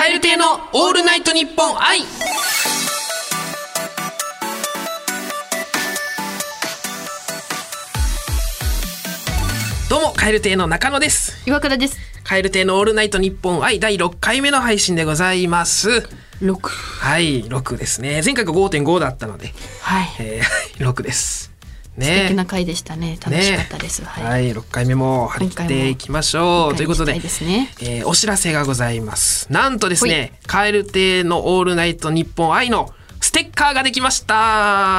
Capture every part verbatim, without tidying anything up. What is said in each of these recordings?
蛙亭のオールナイトニッポン愛。どうも蛙亭の中野です。 岩倉です。 蛙亭のオールナイトニッポン愛だいろっかいめの配信でございます。 ろく。 はい、ろくですね。前回が ごてんご だったので、 はい、 えー、ろくですね。 素敵な回でしたね。楽しかったです、 ね、 はい、 はい、ろっかいめも張り切っていきましょうということで、 ねえー、お知らせがございます。なんとですね、蛙亭のオールナイトニッポン愛のステッカーができました。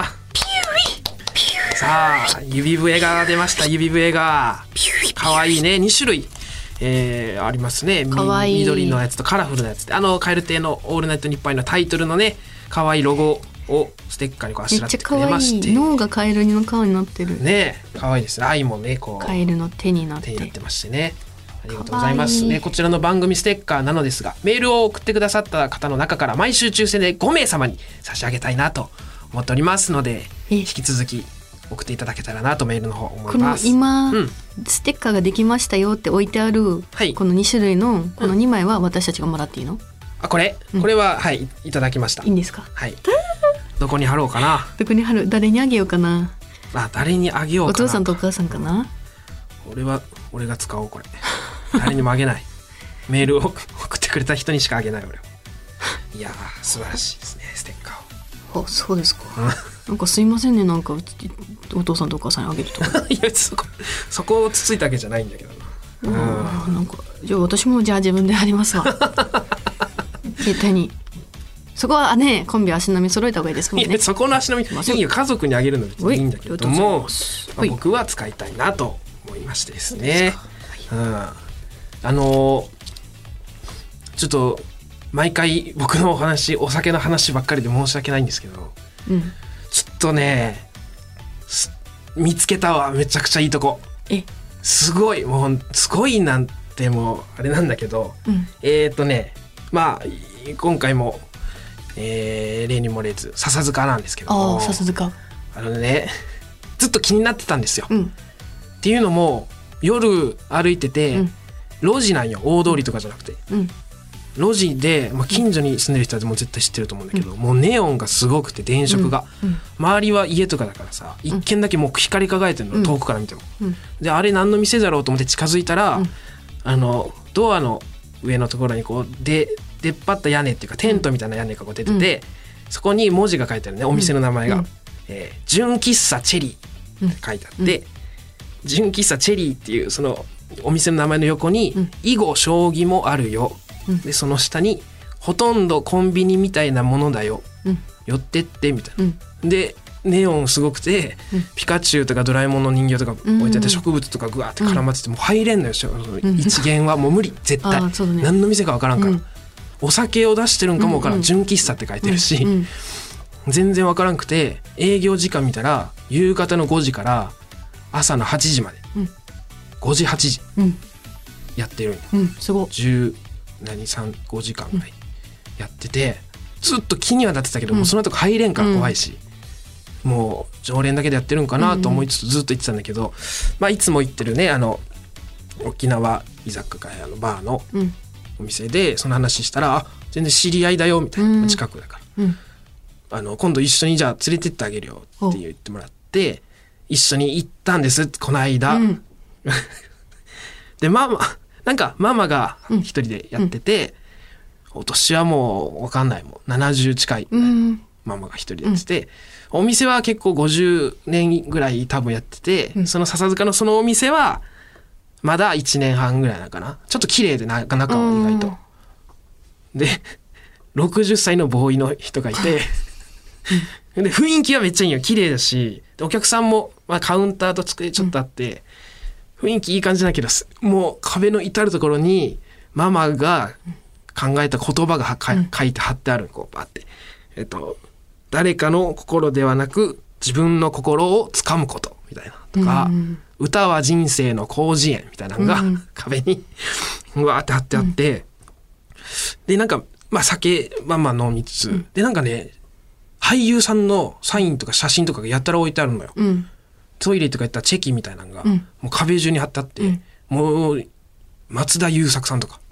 ピューピュー。 さあ、指笛が出ました。指笛がかわいいね。にしゅるい、えー、ありますね。 かわいい緑のやつとカラフルなやつで、あの蛙亭のオールナイトニッポン愛のタイトルのね、かわいいロゴをステッカーにこうあしらってくれまして、 めっちゃ可愛い。脳がカエルの顔になってるね。かわいいですね。愛もね、こうカエルの手になって手になってましてね。ありがとうございますね。こちらの番組ステッカーなのですが、メールを送ってくださった方の中から毎週抽選でごめいさまに差し上げたいなと思っておりますので、引き続き送っていただけたらなとメールの方思います。 この今、 うん、 ステッカーができましたよって置いてある、はい、このにしゅるいのこのにまいは私たちがもらっていいの？うん、 あ、これ、これは、はい、いただきました。 いいんですか？ はい。どこに貼ろうかな。 どこに貼る？誰にあげようかな。 あ、誰にあげようかな。 お父さんとお母さんかな。 俺は俺が使おうこれ。誰にもあげない。メールを送ってくれた人にしかあげない俺は。いやー、素晴らしいですね、ステッカーを。 あ、そうですか。なんかすいませんね、なんかお父さんとお母さんにあげるとか。 いや、そこそこをつついたわけじゃないんだけどな。 うん、なんかじゃあ私もじゃあ自分で貼りますわ。携帯に。そこはね、コンビ足並み揃えた方がいいですもんね。 いや、そこの足並みいいよ、家族にあげるの別にいいんだけども、まあ、僕は使いたいなと思いましてですね。うん、あのー、ちょっと毎回僕のお話、お酒の話ばっかりで申し訳ないんですけど、うん、ちょっとね見つけたわ、めちゃくちゃいいとこ。え、すごい、もうすごいなんてもうあれなんだけど、うん、えっとね、まあ今回もえー、例に漏れず笹塚なんですけども、 あ、笹塚、 あのね、ずっと気になってたんですよ、うん、っていうのも夜歩いてて、うん、路地なんよ、大通りとかじゃなくて、うん、路地で、まあ、近所に住んでる人はもう絶対知ってると思うんだけど、うん、もうネオンがすごくて電飾が、うんうん、周りは家とかだからさ、一軒だけもう光り輝いてるの、うん、遠くから見ても、うん、であれ何の店だろうと思って近づいたら、うん、あのドアの上のところにこうで出っ張った屋根っていうかテントみたいな屋根がこう出てて、うん、そこに文字が書いてあるね、お店の名前が、うん、えー、純喫茶チェリーって書いてあって、うん、純喫茶チェリーっていうそのお店の名前の横に、うん、囲碁将棋もあるよ、うん、でその下にほとんどコンビニみたいなものだよ、うん、寄ってってみたいな、うん、でネオンすごくて、うん、ピカチュウとかドラえもんの人形とか置いてあって、植物とかグワーって絡まってて、もう入れんのよ、うん、一元はもう無理、絶対、ね、何の店か分からんから、うん、お酒を出してるんかも分からん、うんうん、純喫茶って書いてるし、うんうん、全然分からんくて、営業時間見たら夕方のごじから朝のはちじまで、うん、ごじはちじやってるんよ、うん、すごいじゅうさん、ごじかんぐらいやってて、ずっと気にはなってたけど、うん、もうその後入れんから怖いし、うん、もう常連だけでやってるんかなと思いつつずっと言ってたんだけど、うんうん、まあ、いつも行ってるね、あの沖縄居酒屋、あのバーのお店でその話したら、あ、全然知り合いだよみたいな、うん、近くだから、うん、あの今度一緒にじゃあ連れてってあげるよって言ってもらって、一緒に行ったんですこの間、うん、でママなんかママが一人でやってて、うん、お年はもう分かんない、もうななじゅう近い、うん、ママが一人でやってて、うん、お店は結構ごじゅうねんぐらい多分やってて、うん、その笹塚のそのお店はまだいちねんはんぐらいなのかな。ちょっと綺麗でな中は意外と、でろくじゅっさいのボーイの人がいてで雰囲気はめっちゃいいよ、綺麗だし、お客さんも、まあ、カウンターと机ちょっとあって、うん、雰囲気いい感じだけど、もう壁の至るところにママが考えた言葉がは、うん、書いて貼ってある、こうバって、えっと誰かの心ではなく自分の心をつかむことみたいなとか、うん、歌は人生の広辞苑みたいなのが、うん、壁にうわーって貼ってあって、うん、でなんか、まあ、酒まあまあ飲みつつ、うん、でなんかね、俳優さんのサインとか写真とかがやたら置いてあるのよ、うん、トイレとか行ったらチェキみたいなのが、うん、もう壁中に貼ってあって、うん、もう松田優作さんとか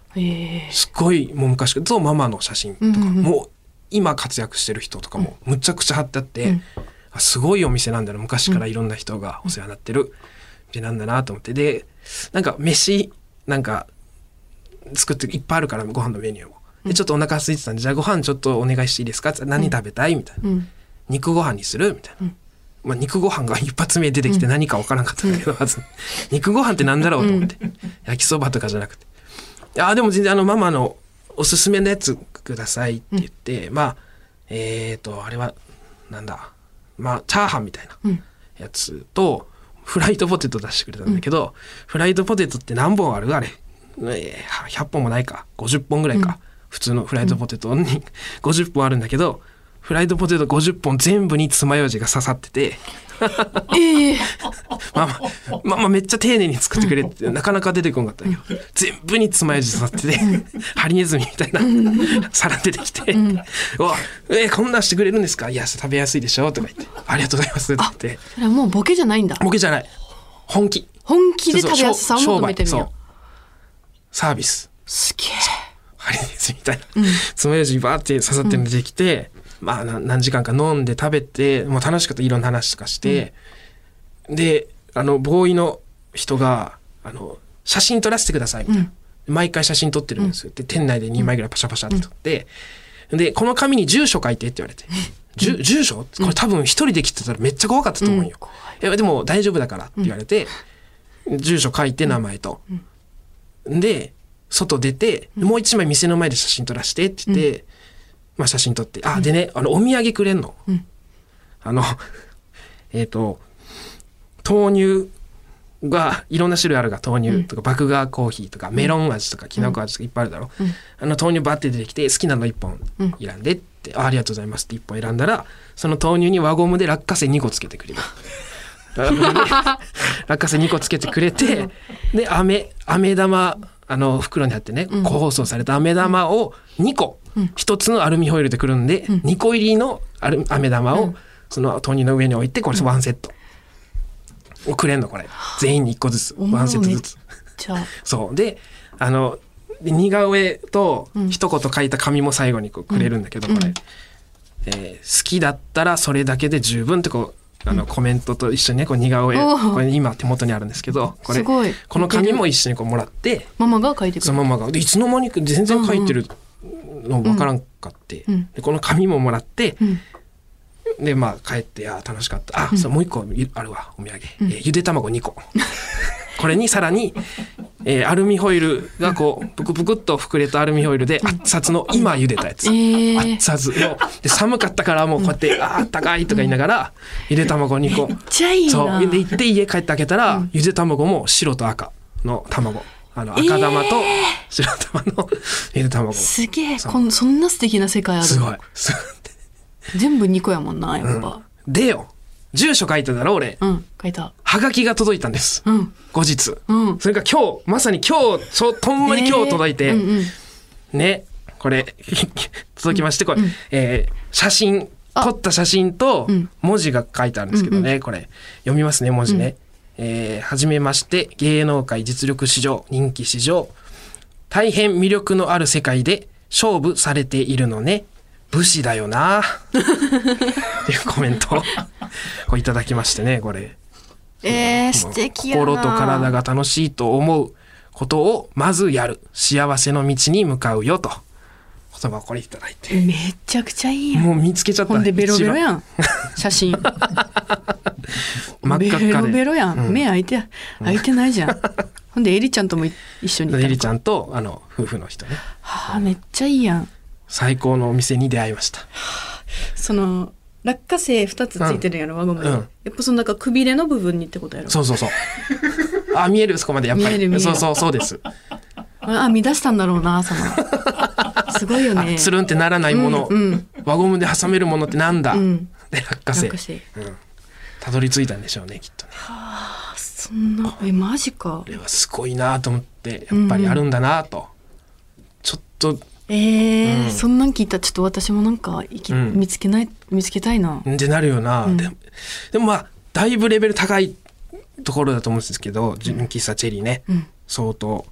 へえ。 すごいもう昔からとママの写真とか、 うんうんうん、 もう今活躍してる人とかもむちゃくちゃ貼ってあって、うん、あすごいお店なんだな、昔からいろんな人がお世話になってる店なんだなと思って、でなんか飯なんか作っていっぱいあるからご飯のメニューもでちょっとお腹空いてたんで、じゃあご飯ちょっとお願いしていいですかって、何食べたいみたいな、うん、肉ご飯にするみたいな、うん、まあ、肉ご飯が一発目出てきて何か分からなかったんだけど、うん、まず肉ご飯ってなんだろうと思って、うん、焼きそばとかじゃなくて、あでも全然あのママのおすすめのやつくださいって言って、うん、まあえっ、ー、とあれはなんだまあチャーハンみたいなやつと、うん、フライドポテト出してくれたんだけど、うん、フライドポテトって何本あるあれ、えー、ひゃっぽんもないかごじゅっぽんぐらいか、うん、普通のフライドポテトにごじゅっぽんあるんだけど、フライドポテトごじゅっぽん全部に爪楊枝が刺さっててえー、 まあまあ、まあ、まあめっちゃ丁寧に作ってくれってなかなか出てこなかったけど、全部に爪楊枝刺さっててハリネズミみたいな皿出てきて、うん、わえー、こんなんしてくれるんですか、いや食べやすいでしょとか言って、ありがとうございますって言って。 それはもうボケじゃないんだ。 ボケじゃない、本気本気で食べやすさを求めてるんや。 サービスすげえ。 ハリネズミみたいな、うん、爪楊枝バーって刺さってるの出てきて、うん、まあ何時間か飲んで食べて、もう楽しかった、いろんな話とかして、うん、であのボーイの人があの写真撮らせてくださいみたいな、うん、毎回写真撮ってるんですよ、うん、で店内でにまいぐらいパシャパシャって撮って、うん、でこの紙に住所書いてって言われて、うん、住所これ多分一人で来てたらめっちゃ怖かったと思うよ、うん、いやでも大丈夫だからって言われて、うん、住所書いて名前と、うん、で外出て、もう一枚店の前で写真撮らせてって言って、うん、まあ写真撮って、あでね、あのお土産くれんの、うん、あのえっと豆乳がいろんな種類あるが、豆乳とか、うん、麦芽コーヒーとかメロン味とかきなこ味とかいっぱいあるだろ、うん、あの豆乳バッて出てきて好きなのいっぽん選んでって、うん、あ, ありがとうございますっていっぽん選んだら、その豆乳に輪ゴムで落花生にこつけてくれる落花生にこつけてくれて、で飴飴玉あの袋にあってね、個包装された飴玉をにこ、うん、ひとつのアルミホイルでくるんで、うん、にこ入りのアル飴玉をその豆乳の上に置いて、これワンセットをくれんの、これ全員にいっこずつワンセットずつそうで、あの似顔絵と一言書いた紙も最後にこうくれるんだけど、これ、うんえー、好きだったらそれだけで十分ってこうあのコメントと一緒にね、こう似顔絵、これ今手元にあるんですけど、これこの紙も一緒にこうもらって、 ママが書いてくれる。 そのママがでいつの間にか全然書いてるの分からんかって、うんうん、でこの紙ももらって、うん、でまあ帰って、あ楽しかった、あ、うん、そうもう一個あるわお土産、うんえー、ゆで卵にここれにさらに、えー、アルミホイルがこうぷくぷくっと膨れたアルミホイルで熱々の今茹でたやつ、えー、熱々ので寒かったからもうこうやって、うん、あーあったかいとか言いながらゆで卵にこめっちゃいいな。 そうで行って家帰って開けたら、うん、ゆで卵も白と赤の卵、あの赤玉と白玉のゆで卵、えー、 すげえ、こんそんな素敵な世界ある。 すごい全部にこやもんなやっぱ、 うん、でよ住所書いただろ俺、 うん、書いた。 はがきが届いたんです、うん、後日、 うん、 それが今日まさに今日ちょとんまに今日届いて、えーうんうん、ねこれ届きまして、これ、うんえー、写真撮った写真と文字が書いてあるんですけどね、うんうん、これ読みますね文字ね、うんえー、はじめまして、芸能界実力市場人気市場大変魅力のある世界で勝負されているのね、武士だよなっていうコメントをこういただきましてね、これえー、素敵やな。 心と体が楽しいと思うことをまずやる、幸せの道に向かうよと言葉をこれいただいて、 めちゃくちゃいいやん。 もう見つけちゃった。 ほんでベロベロやん写真真っ赤っかでベロベロやん、うん、目開いて開いてないじゃんほんでエリちゃんとも一緒にいたのか。 エリちゃんとあの夫婦の人ね、 はあ、めっちゃいいやん。 最高のお店に出会いました。 その落花生ふたつついてるやろ、輪ゴムで、うん、やっぱそのなんかくびれの部分にってことやろ。 そうそうそうあ見える、そこまでやっぱり見える見える。 そうそうそうです。 あ見出したんだろうなそのすごいよね。 つるんってならないもの、うんうん、輪ゴムで挟めるものってなんだ、うん、で落花生、 落花生、 うん、たどり着いたんでしょうねきっとね。 はあそんなえマジか。 これはすごいなと思って、やっぱりあるんだなと、うん、ちょっとえーうん、そんなん聞いたらちょっと私もなんかいき、うん、見つけない見つけたいなってなるよな、うん、で, でもまあだいぶレベル高いところだと思うんですけど、純喫茶チェリーね、うん、相当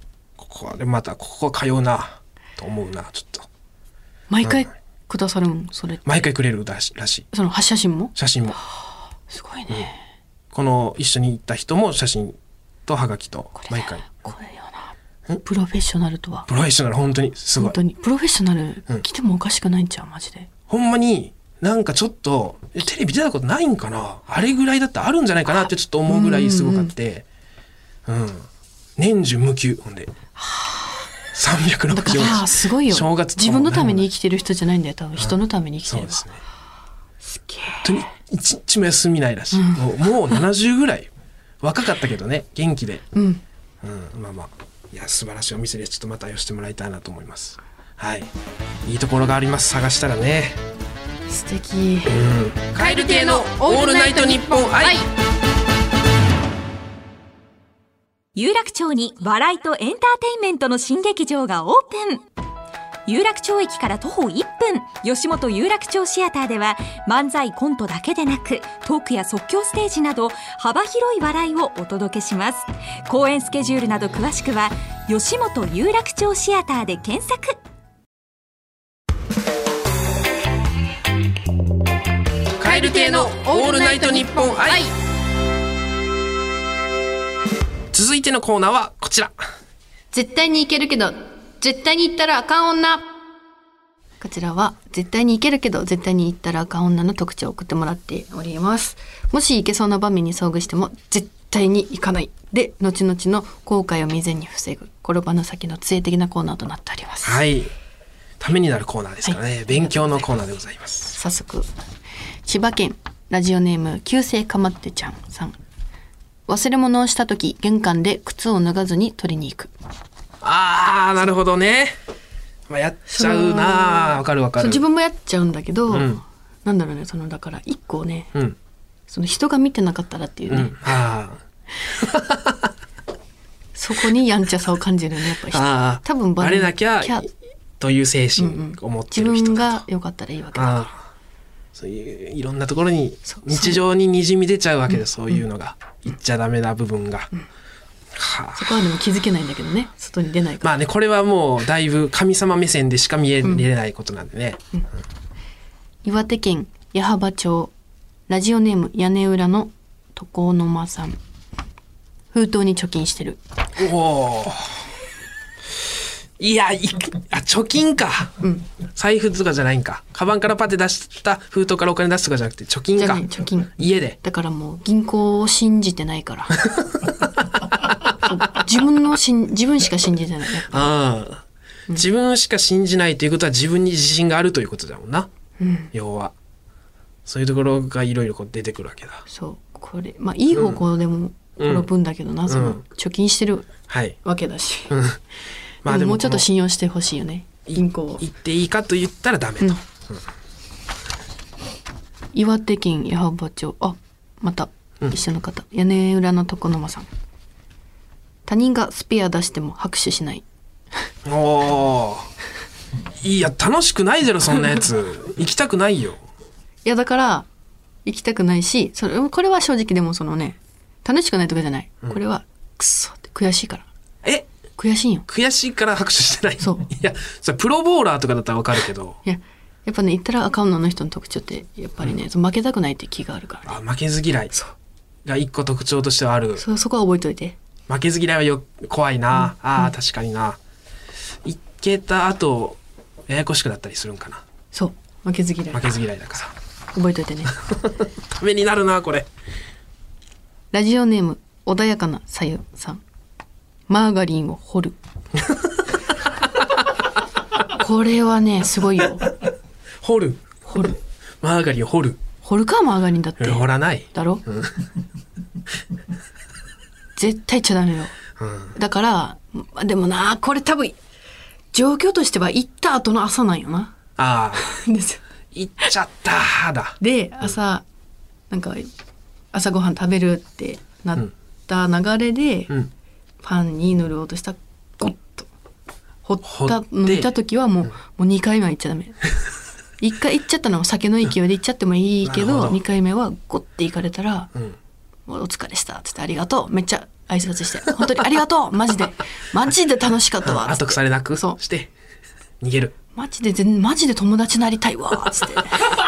こはでまたここは通うなと思うなちょっと。 毎回くださるんそれ。 毎回くれるらしらしい。 その写真も写真もすごいね、 うん、この一緒に行った人も写真とハガキと毎回。 これよなプロフェッショナルとは。 プロフェッショナル本当にすごい。 本当にプロフェッショナル来てもおかしくないんちゃうマジで。 ほんまになんかちょっとテレビ出たことないんかなあれぐらいだったらあるんじゃないかなってちょっと思うぐらいすごかって、うん、うん、年中無休ほんでさんびゃくろくじゅうごにち。だからすごいよ。 正月自分のために生きてる人じゃないんだよ多分、人のために生きてる、 うん、そうですね。 すげえ。 本当に一日も休みないらしい、うん、もう、もうななじゅうぐらい若かったけどね元気で、うん、うん、まあまあいや素晴らしいお店でちょっとまた寄せてもらいたいなと思います。はい、いいところがあります。探したらね。 素敵。 うん、蛙亭のオールナイトニッポン愛。 有楽町に笑いとエンターテインメントの新劇場がオープン。有楽町駅から徒歩いっぷん、吉本有楽町シアターでは漫才コントだけでなくトークや即興ステージなど幅広い笑いをお届けします。公演スケジュールなど詳しくは吉本有楽町シアターで検索。 蛙亭のオールナイトニッポン愛。続いてのコーナーはこちら。 絶対にいけるけど絶対に言ったらあかん女。こちらは絶対にいけるけど絶対に言ったらあかん女の特徴を送ってもらっております。もしいけそうな場面に遭遇しても絶対にいかないで後々の後悔を未然に防ぐ転ばぬ先の杖的なコーナーとなっております。 はい、ためになるコーナーですからね、はい、勉強のコーナーでございます。 早速千葉県ラジオネーム旧姓かまってちゃんさん。忘れ物をした時玄関で靴を脱がずに取りに行く。 あーなるほどね、まあ、やっちゃうな。わかるわかる。 自分もやっちゃうんだけど、うん、なんだろうねそのだから一個ね、うん、その人が見てなかったらっていうね、うん、あそこにやんちゃさを感じるねやっぱり。あ多分バレなきゃという精神を持ってる人自分が良かったらいいわけだから。 そういういろんなところに日常ににじみ出ちゃうわけで、そういうのが言っちゃダメな部分が、うんはあ、そこはでも気づけないんだけどね外に出ないから。 まあねこれはもうだいぶ神様目線でしか見え、うん、見れないことなんでね、うんうん、 岩手県矢巾町ラジオネーム屋根裏の床の間さん。封筒に貯金してる。 おーいやいあ貯金か、うん、財布とかじゃないんか。カバンからパッて出した封筒からお金出すとかじゃなくて貯金か。じゃない貯金。 家でだからもう銀行を信じてないから自分のしん自分しか信じてない。 あ、うん、自分しか信じないということは自分に自信があるということだもんな、うん、要はそういうところがいろいろ出てくるわけだ。 そうこれまあいい方向でも転ぶんだけどな、うん、その貯金してるわけだし、はい、まあでももうちょっと信用してほしいよね銀行を。 言っていいかと言ったらダメと、うんうん、 岩手県矢巾町あまた一緒の方、うん、屋根裏の床の間さん。他人がスペア出しても拍手しない。 おーいや楽しくないじゃろそんなやつ行きたくないよ。 いやだから行きたくないしそれこれは正直でもそのね楽しくないとかじゃない、うん、これはクソって悔しいから。 え悔しいよ。 悔しいから拍手してない。 そういやそれプロボーラーとかだったら分かるけどいややっぱね言ったらあかんのの人の特徴ってやっぱりね、うん、負けたくないって気があるから、ね、 あ負けず嫌いが一個特徴としてはある。 そ, そこは覚えておいて。 負けず嫌いはよ怖いな、うん、あ、うん、確かにな。いけた後ややこしくなったりするんかな。 そう負けず嫌い負けず嫌いだから覚えておいてねためになるなこれ。 ラジオネーム穏やかなさゆさん。マーガリンを掘るこれはねすごいよ。 掘る掘るマーガリンを掘る掘るかマーガリンだって。 掘らないだろ、うん、絶対言っちゃダメよ、うん、だからでもなこれ多分状況としては行った後の朝なんよな。 ああですよ行っちゃっただで朝、うん、なんか朝ごはん食べるってなった流れで、うん、パンに塗ろうとしたゴッと掘ったの見た時はもう、うん、もうにかいめは行っちゃダメいっかい行っちゃったのは酒の勢いで行っちゃってもいいけどにかいめはゴッて行かれたら、うん、 もうお疲れしたっつってありがとうめっちゃ挨拶して本当にありがとうマジでマジで楽しかったわ後腐れなくそうして逃げる。 マジで全マジで友達になりたいわっつって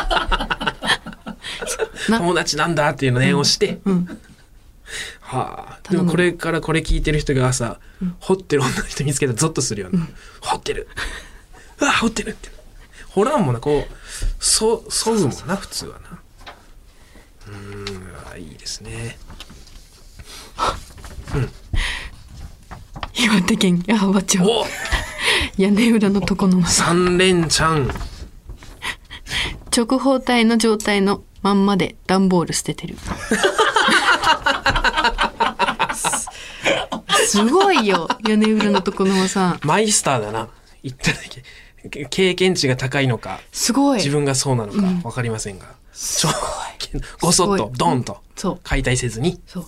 友達なんだっていうの念をして、 うんうんはあ、でもこれからこれ聞いてる人がさ、うん、掘ってる女の人見つけたらゾッとするよね、うん、掘ってるうわ掘ってるって掘らんもんなこうそそぐもんな普通はな。うーんいいですね。うん岩手県矢巾町屋根裏の床の間三連チャン直方体の状態のまんまで段ボール捨ててるす, すごいよ屋根裏の床の間さんマイスターだな。言っただけ経験値が高いのかすごい自分がそうなのか分かりませんが、うん、すごいごそっとドンと解体せずにそう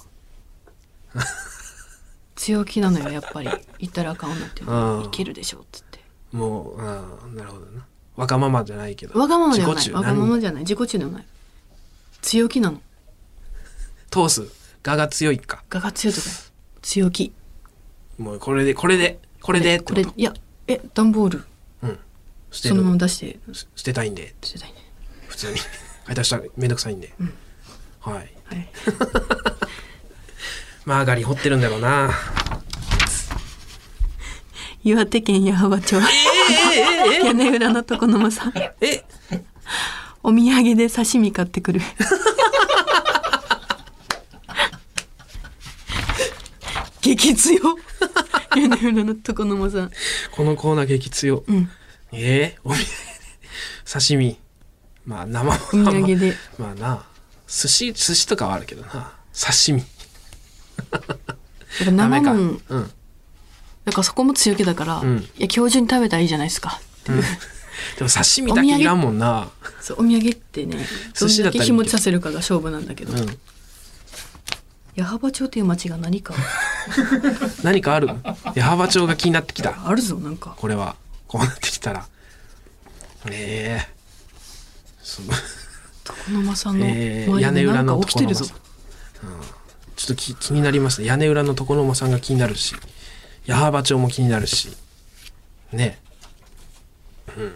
強気なのよやっぱり言ったらあかん女っていうのはいけるでしょっつってもうあなるほどな。わがままじゃないけどわがままじゃないわがままじゃない自己中でもない強気なの。 通す我が強いか我が強いとか強気もうこれでこれでこれでこれいやえ段ボール、うん、捨てるそのまま出して捨てたいんで捨てたいね普通に買い出したらめんどくさいんで、うん、はい、はい、マーガリン掘ってるんだろうな。 岩手県矢巾町、えーえーえー、屋根裏の床の間さんえお土産で刺身買ってくる激強屋根裏の床の間さんこのコーナー激強、うん、えー、お土産で刺身まあ生もお土産でまあな寿司寿司とかはあるけどな刺身やっぱ生もん、うん、だからそこも強気だから、うん、いや今日中に食べたらいいじゃないですかっていう、うん、 でも刺身だけいらんもんな。 そうお土産ってねどんだけ日持ちさせるかが勝負なんだけど、うん、矢巾町っていう町が何か何かある矢巾町が気になってきた。 あるぞなんかこれはこうなってきたらねえ床の間さんの周りに何か起きてるぞ、 うん、ちょっと 気, 気になりますね。屋根裏の床の間さんが気になるし矢巾町も気になるしね。うん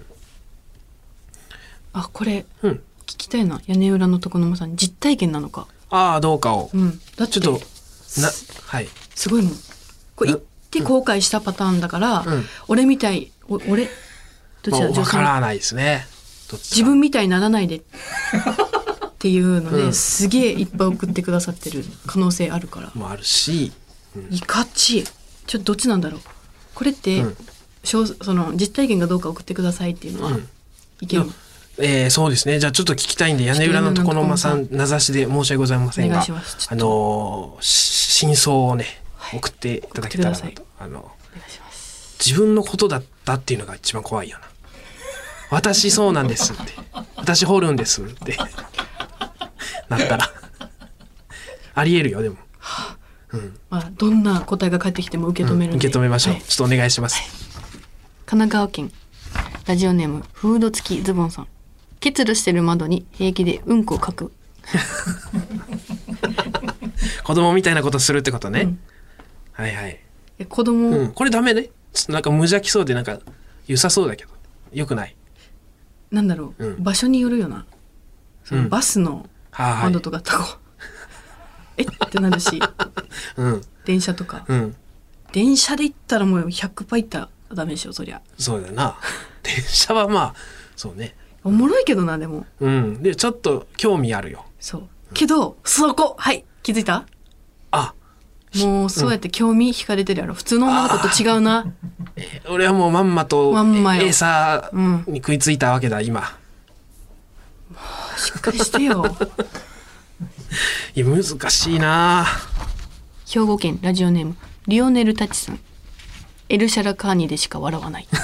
あこれ、うん、聞きたいな屋根裏の床の間さん実体験なのかああどうかを、 うん、だってちょっとなはいすごいもんこれ言って後悔したパターンだから、うん、俺みたいお俺どちら分からないですね。 自分みたいにならないでっていうので、うん、すげえいっぱい送ってくださってる可能性あるからもあるし、 うん、いかちちょっとどっちなんだろうこれって、うん、その実体験がどうか送ってくださいっていうのは、うん、いけるの、 えー、そうですね。じゃあちょっと聞きたいんで屋根裏の床の間さん名指しで申し訳ございませんがお願いします。 あのー、真相をね、はい、送っていただけたらなと。あのお願いします。 自分のことだったっていうのが一番怖いよな。私そうなんですって私掘るんですってなったらありえるよでも、はあうんまあ、どんな答えが返ってきても受け止めるんで、 うん、受け止めましょう、はい、ちょっとお願いします、はい、 神奈川県ラジオネームフード付きズボンさん結露してる窓に平気でうんこをかく子供みたいなことするってことね、うん、はいはいえ子供、 うん、これダメね。ちょっとなんか無邪気そうでなんか良さそうだけどよくない。 なんだろう、うん、場所によるよな。そのバスの窓とかとこ、うん、えってなるし、うん、電車とか、うん、電車で行ったらもうひゃくパー行ったらダメでしょそりゃ。 そうだよな電車はまあそうねおもろいけどなでも、 うん、でちょっと興味あるよ。 そうけど、うん、そこはい気づいた。 あもうそうやって興味惹かれてるやろ、うん、普通の女の子と違うな。 えー、俺はもうまんまとエーサーに食いついたわけだ、うん、今。もうしっかりしてよいや難しいな。 兵庫県ラジオネームリオネルタチさんエルシャラカーニでしか笑わない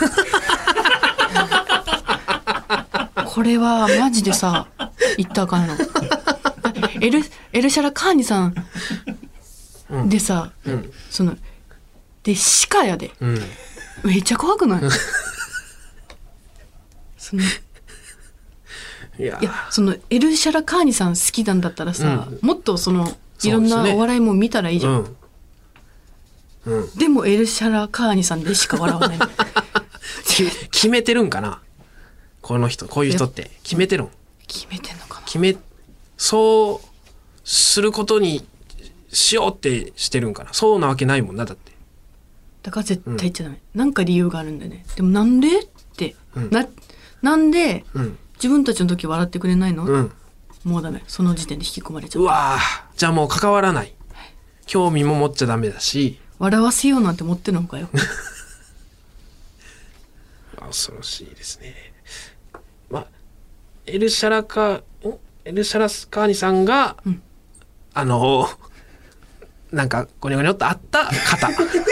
これはマジでさ言ったらあかんのエル、エルシャラカーニさんでさ、うん、そので鹿やで、うん、めっちゃ怖くないそのいや、いやそのエルシャラカーニさん好きなんだったらさ、うん、もっとそのいろんなお笑いも見たらいいじゃん、 うんうん、 でもエルシャラカーニさんでしか笑わない決めてるんかな、この人、こういう人って決めてるん、 決めてんのかな、 決めそうすることにしようってしてるんかな。そうなわけないもんな、だってだから絶対言っちゃダメ、うん、なんか理由があるんだよね。でもなんでって、うん、な, なんで、うん、自分たちの時笑ってくれないの、うん、もうダメ、その時点で引き込まれちゃう。 うわー、じゃあもう関わらない、興味も持っちゃダメだし、 笑わせようなんて持ってるのかよ恐ろしいですね。まあエルシャラカエルシャラスカーニさんが、うん、あのなんかゴニョゴニョっとあった方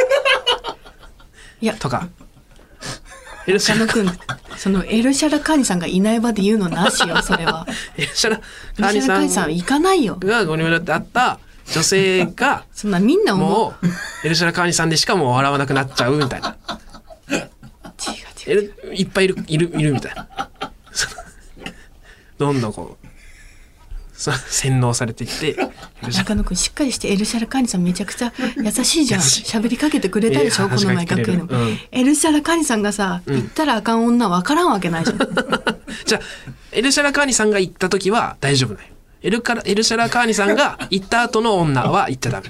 いやとかエルシャラ君、そのエルシャラカーニさんがいない場で言うのなしよ、それはエルシャラカーニさんさん行かないよがゴニョゴニョってあった女性がそんなみんなもうエルシャラカーニさんでしかもう笑わなくなっちゃうみたいな違う違う、 いっぱいいるいるいるみたいなどんどんこう洗脳されていって中野くんしっかりして、エルシャラカーニさんめちゃくちゃ優しいじゃん、喋りかけてくれたでしょ、この前楽屋の、うん、エルシャラカーニさんがさ、うん、言ったらあかん女分からんわけないじゃんじゃあエルシャラカーニさんが言った時は大丈夫ない、エルカラエルシャラカーニさんが言った後の女は言っちゃダメ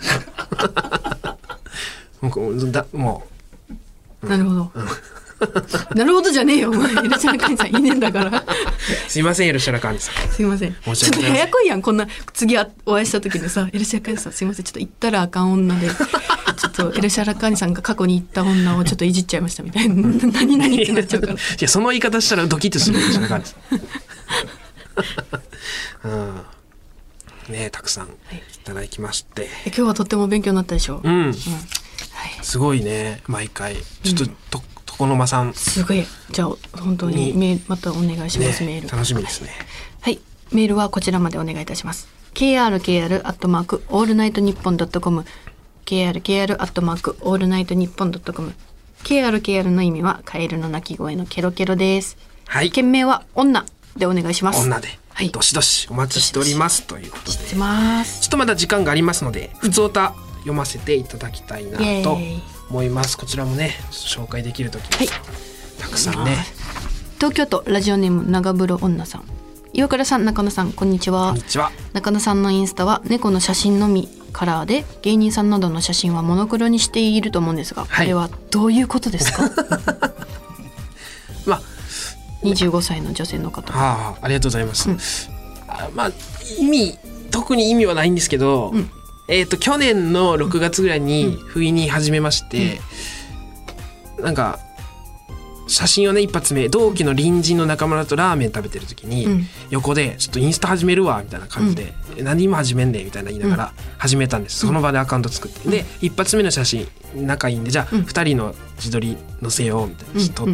もうだもう、うん、なるほど、うんなるほどじゃねえよ、お前エルシャラカーニさんいねえんだからすいませんエルシャラカーニさん、 すいません、ちょっと早くいやん、こんな次お会いした時にさ、エルシャラカーニさんすいません、ちょっと言ったらあかん女でちょっとエルシャラカーニさんが過去に言った女をちょっといじっちゃいましたみたいな何々ってなっちゃうからいやその言い方したらドキッとするエルシャラカーニさんうんね、たくさんいただきまして、はい、 今日はとっても勉強になったでしょう、 うんうん、はい、すごいね、毎回ちょっと、うん、と床の間さんすごい、じゃあ本当にメールまたお願いします、ね、メール楽しみですね。 はい、メールはこちらまでお願いいたします。 ケーアールケーアール アットマークオールナイトニッポンドットコム ケーアールケーアール アットマークオールナイトニッポンドットコム ケーアールケーアール の意味はカエルの鳴き声のケロケロです。 はい、 件名は女でお願いします。 女で、はい、どしどしお待ちしておりますということで、 してますちょっとまだ時間がありますのでふつおた読ませていただきたいなと思います。こちらもね紹介できるとき、はい、たくさんね。 東京都ラジオネーム長風呂女さん、岩倉さん、中野さん、こんにちは。 こんにちは。 中野さんのインスタは猫の写真のみカラーで、芸人さんなどの写真はモノクロにしていると思うんですが、はい、これはどういうことですかまあにじゅうごさいの女性の方、 はあ、ありがとうございます、うん、あまあ意味特に意味はないんですけど、うん、えーと去年のろくがつぐらいに不意に始めまして、うん、なんか写真をね一発目同期の隣人の仲間とラーメン食べてる時に、うん、横でちょっとインスタ始めるわみたいな感じで、うん、何今始めんねみたいな言いながら始めたんです、うん、その場でアカウント作って、うん、で一発目の写真仲いいんでじゃあふたりの自撮り載せようみたいな撮って、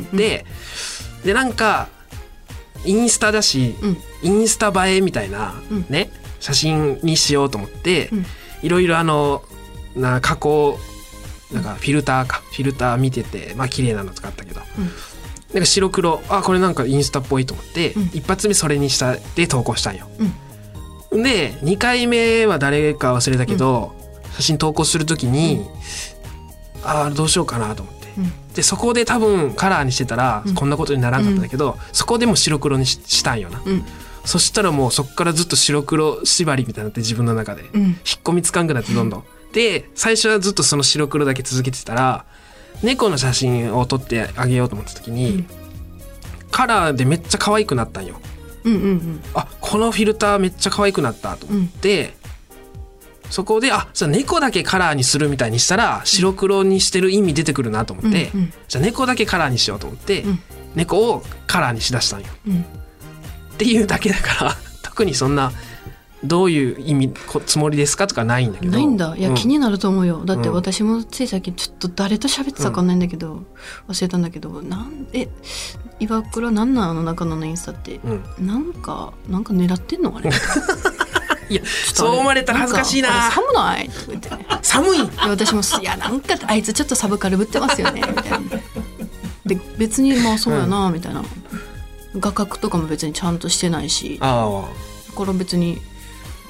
うん、でなんかインスタだし、うん、インスタ映えみたいな、うん、ね写真にしようと思って、うん、いろいろあのな加工なんかフィルターかフィルター見ててまあ綺麗なの使ったけど、うん、なんか白黒あこれなんかインスタっぽいと思って、うん、一発目それにしたで投稿したんよ、うん、でにかいめは誰か忘れたけど、うん、写真投稿するときに、うん、あどうしようかなと思って、うん、でそこで多分カラーにしてたらこんなことにならんかったんだけど、うん、そこでも白黒に し, したんよな、うん、そしたらもうそこからずっと白黒縛りみたいになって自分の中で、うん、引っ込みつかんくなってどんどんで最初はずっとその白黒だけ続けてたら猫の写真を撮ってあげようと思った時に、うん、カラーでめっちゃ可愛くなったんよ、うんうんうん、あこのフィルターめっちゃ可愛くなったと思って、うん、そこであじゃあ猫だけカラーにするみたいにしたら白黒にしてる意味出てくるなと思って、うんうん、じゃあ猫だけカラーにしようと思って、うん、猫をカラーにしだしたんよ、うん、っていうだけだから特にそんなどういう意味つもりですかとかないんだけどないんだいや、うん、気になると思うよだって私もつい最近ちょっと誰と喋ってたか分かんないんだけど、うん、忘れたんだけどなんえ岩倉なんなんあの中野のインスタって、うん、なんかなんか狙ってんのあれいやそう思われたら恥ずかしいな寒ないとか言ってね寒い私もいやなんかあいつちょっとサブカルぶってますよねみたいなで別にまあそうやなみたいな、うん、画角とかも別にちゃんとしてないしあだから別に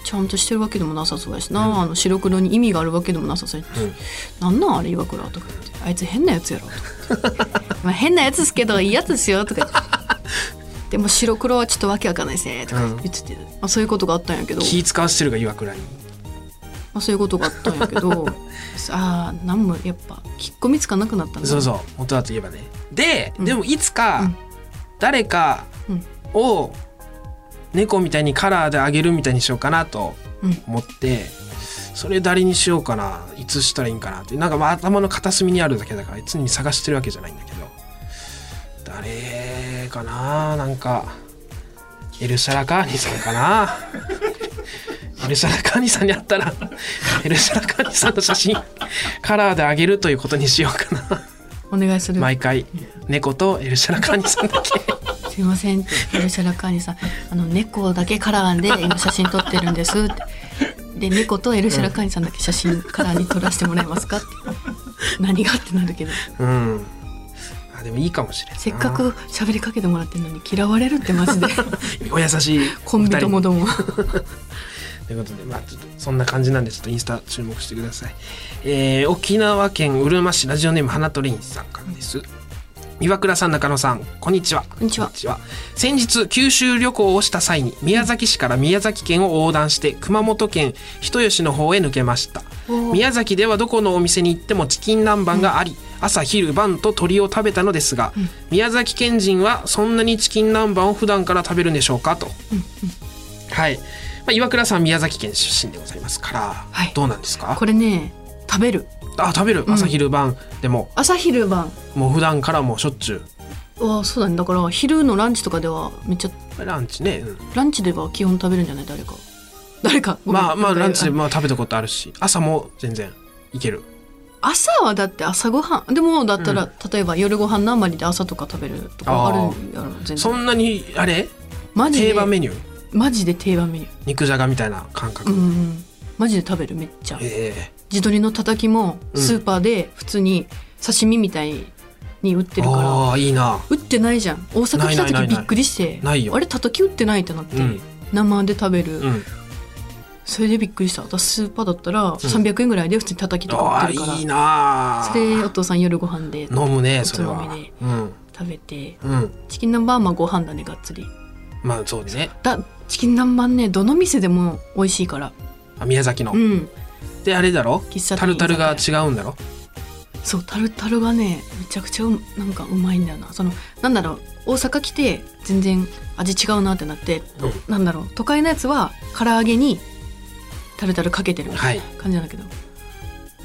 ちゃんとしてるわけでもなさそうやしな、うん、あの白黒に意味があるわけでもなさそうやし、うん、なんなんあれ岩倉とか言ってあいつ変なやつやろとかまあ変なやつですけどいいやつですよとか言ってでも白黒はちょっとわけわかんないですねとか言ってて、うん、まあ、そういうことがあったんやけど気使わせてるが岩倉に、 まあ、そういうことがあったんやけどああ何もやっぱきっこみつかなくなったんだ。 そうそう元はといえばねで、うん、でもいつか誰かを猫みたいにカラーであげるみたいにしようかなと思って、うん、それ誰にしようかないつしたらいいんかなってなんかまあ頭の片隅にあるだけだから常に探してるわけじゃないんだけど誰かななんかエルシャラカーニさんかなエルシャラカーニさんに会ったらエルシャラカーニさんの写真カラーであげるということにしようかな。 お願いする。 毎回猫とエルシャラカーニさんだけすいませんってエルシャラカーニさんあの猫だけカラーで今写真撮ってるんですってで猫とエルシャラカーニさんだけ写真カラーに撮らせてもらえますかって何がってなるけど、 うん、あでもいいかもしれない。 せっかく喋りかけてもらってるのに嫌われるってマジでお優しいコンビともどもということで、まあ、ちょっとそんな感じなんでちょっとインスタ注目してください。えー、沖縄県うるま市ラジオネーム花とレインさんからです。岩倉さん中野さんこんにちは。 こんにちは。 先日九州旅行をした際に宮崎市から宮崎県を横断して熊本県人吉の方へ抜けました。宮崎ではどこのお店に行ってもチキン南蛮があり、うん、朝昼晩と鶏を食べたのですが、うん、宮崎県人はそんなにチキン南蛮を普段から食べるんでしょうかと、うんうん、はい、まあ、岩倉さん宮崎県出身でございますから、はい、どうなんですか。 これね食べる。 あ食べる朝昼晩、うん、でも朝昼晩もう普段からもうしょっちゅう。あそうだね。だから昼のランチとかではめっちゃランチね、うん、 ランチでは基本食べるんじゃない誰か誰かまあまあランチでまあ食べたことあるし朝も全然いける。 朝はだって朝ごはんでもだったら、うん、例えば夜ご飯何割で朝とか食べるとかあるんやろ全然。 そんなにあれマジで定番メニューマジで定番メニュー肉じゃがみたいな感覚、 うんうん、マジで食べるめっちゃ、 えー、 地鶏のたたきもスーパーで普通に刺身みたいに売ってるから、うん、 あいいな。 売ってないじゃん。大阪来た時びっくりしてないよあれたたき売ってないってなって、うん、生で食べる、うん、それでびっくりした。私スーパーだったらさんびゃくえんぐらいで普通にたたきとか売ってるから、 うん、いいな。 それお父さん夜ご飯で飲むね。それはおつまみで食べて、うん、チキン南蛮はまあご飯だねがっつり。 まあそうね。 だチキン南蛮ねどの店でも美味しいから。 あ宮崎の、 うん、 であれだろタルタルが違うんだろ。 そうタルタルがねめちゃくちゃなんかうまいんだよな。そのなんだろう大阪来て全然味違うなってなって、うん、なんだろう都会のやつは唐揚げにタルタルかけてるみたいな感じなんだけど、はい、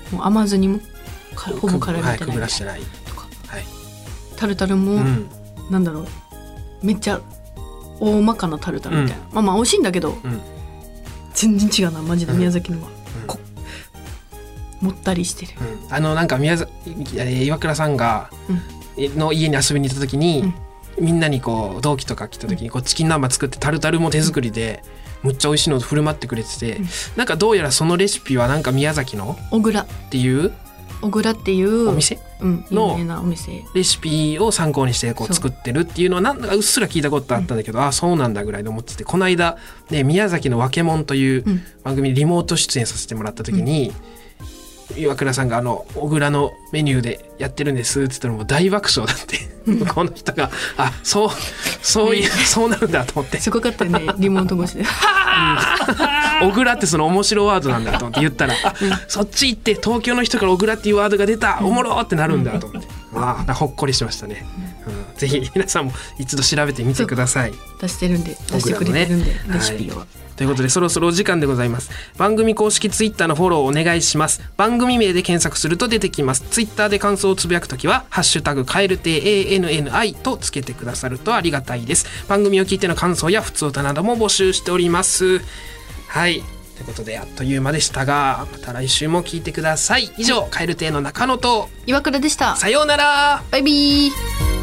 もう甘酢にもほぼかられてないとか、はい、タルタルも、うん、なんだろうめっちゃ大まかなタルタルみたいな、うん、まあまあ美味しいんだけど、うん、全然違うなマジで宮崎のは、うん、もったりしてる、 うん、あのなんか宮崎岩倉さんが、うん、の家に遊びに行った時に、うん、みんなにこう同期とか来た時にこうチキン南蛮作ってタルタルも手作りで、うん、むっちゃ美味しいのを振る舞ってくれてて、うん、なんかどうやらそのレシピはなんか宮崎の小倉っていう小倉っていうお店のレシピを参考にしてこう作ってるっていうのはなんだかうっすら聞いたことあったんだけど、うん、ああそうなんだぐらいで思ってて、この間、ね、宮崎のわけもんという番組にリモート出演させてもらった時に、うん、岩倉さんがあの小倉のメニューでやってるんですって言ったらもう大爆笑だって向こうの人があそうそういう、ね、そうなんだと思ってすごかったよねリモート越しで小倉ってその面白ワードなんだと思って言ったらあ、うん、そっち行って東京の人から小倉っていうワードが出たおもろってなるんだと思って、うん、ああほっこりしましたね、うん、ぜひ皆さんも一度調べてみてください。 出してるんで出してくれてるんで、ね、レシピを、はい、ということでそろそろお時間でございます。番組公式ツイッターのフォローお願いします。番組名で検索すると出てきます。ツイッターで感想をつぶやくときはハッシュタグカエル亭 エーエヌエヌアイ とつけてくださるとありがたいです。番組を聞いての感想や普通歌なども募集しております。はいということであっという間でしたがまた来週も聞いてください。以上、はい、カエル亭の中野と岩倉でした。 さようなら。 バイビー。